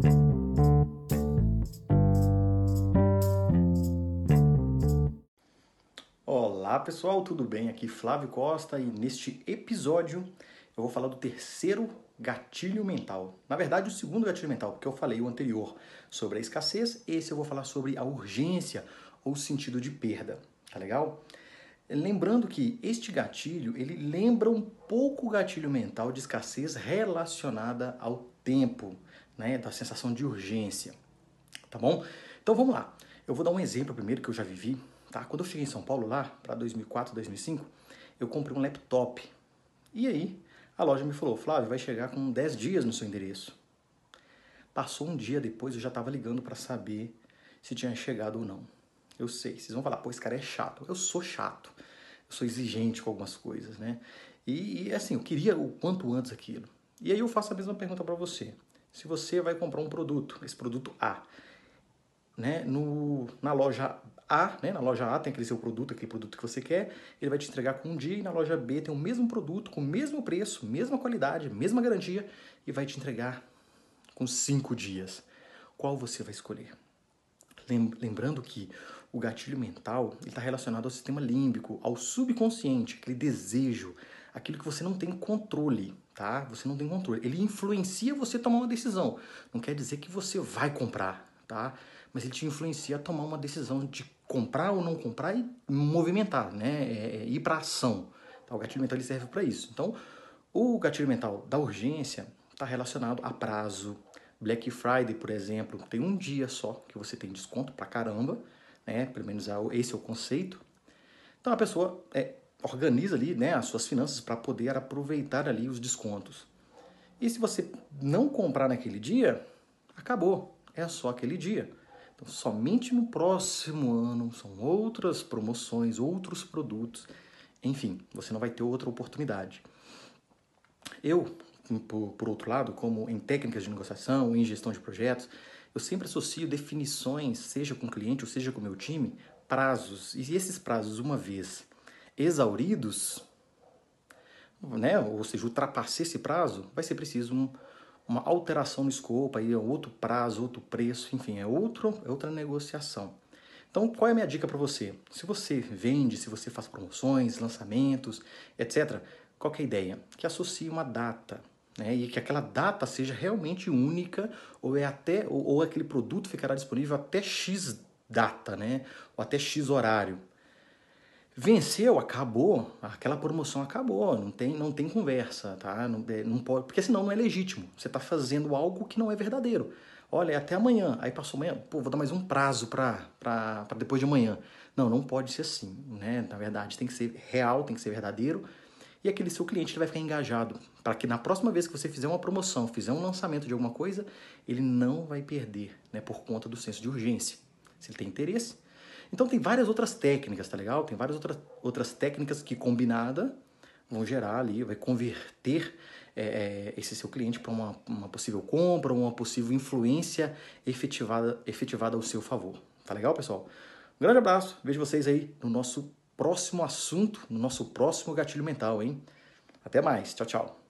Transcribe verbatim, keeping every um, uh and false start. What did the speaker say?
Olá pessoal, tudo bem? Aqui Flávio Costa e neste episódio eu vou falar do terceiro gatilho mental. Na verdade, o segundo gatilho mental, porque eu falei o anterior sobre a escassez, esse eu vou falar sobre a urgência ou sentido de perda, tá legal? Lembrando que este gatilho, ele lembra um pouco o gatilho mental de escassez relacionada ao tempo, né, da sensação de urgência, tá bom? Então vamos lá. Eu vou dar um exemplo primeiro que eu já vivi, tá? Quando eu cheguei em São Paulo lá, para dois mil e quatro, dois mil e cinco, eu comprei um laptop. E aí, a loja me falou: Flávio, vai chegar com dez dias no seu endereço. Passou um dia depois, eu já estava ligando para saber se tinha chegado ou não. Eu sei, vocês vão falar: pô, esse cara é chato. Eu sou chato. Eu sou exigente com algumas coisas, né? E, e assim, eu queria o quanto antes aquilo. E aí eu faço a mesma pergunta para você. Se você vai comprar um produto, esse produto A, né, no, na loja A, né, na loja A tem aquele seu produto, aquele produto que você quer, ele vai te entregar com um dia, e na loja B tem o mesmo produto, com o mesmo preço, mesma qualidade, mesma garantia, e vai te entregar com cinco dias. Qual você vai escolher? Lembrando que o gatilho mental está relacionado ao sistema límbico, ao subconsciente, aquele desejo, aquilo que você não tem controle, tá? Você não tem controle. Ele influencia você a tomar uma decisão. Não quer dizer que você vai comprar, tá? Mas ele te influencia a tomar uma decisão de comprar ou não comprar e movimentar, né? É, é, ir para ação. Tá? O gatilho mental ele serve para isso. Então, o gatilho mental da urgência está relacionado a prazo. Black Friday, por exemplo, tem um dia só que você tem desconto pra caramba, né? Pelo menos esse é o conceito. Então a pessoa é, organiza ali, né, as suas finanças para poder aproveitar ali os descontos. E se você não comprar naquele dia, acabou. É só aquele dia. Então, somente no próximo ano são outras promoções, outros produtos. Enfim, você não vai ter outra oportunidade. Eu, por, por outro lado, como em técnicas de negociação, em gestão de projetos, eu sempre associo definições, seja com o cliente ou seja com o meu time, prazos. E esses prazos, uma vez exauridos, né, ou seja, ultrapassar esse prazo, vai ser preciso um, uma alteração no escopo, aí é outro prazo, outro preço, enfim, é, outro, é outra negociação. Então, qual é a minha dica para você? Se você vende, se você faz promoções, lançamentos, etcétera, qual que é a ideia? Que associe uma data, né? E que aquela data seja realmente única, ou é até ou, ou aquele produto ficará disponível até X data, né? Ou até X horário. Venceu, acabou, aquela promoção acabou, não tem, não tem conversa, tá? Não, não pode, porque senão não é legítimo. Você está fazendo algo que não é verdadeiro. Olha, é até amanhã, aí passou amanhã, pô, vou dar mais um prazo para depois de amanhã. Não, não pode ser assim, né? Na verdade, tem que ser real, tem que ser verdadeiro. E aquele seu cliente ele vai ficar engajado, para que na próxima vez que você fizer uma promoção, fizer um lançamento de alguma coisa, ele não vai perder, né? Por conta do senso de urgência. Se ele tem interesse. Então tem várias outras técnicas, tá legal? Tem várias outras, outras técnicas que combinada vão gerar ali, vai converter é, esse seu cliente para uma, uma possível compra, uma possível influência efetivada, efetivada ao seu favor. Tá legal, pessoal? Um grande abraço, vejo vocês aí no nosso próximo assunto, no nosso próximo gatilho mental, hein? Até mais, tchau, tchau.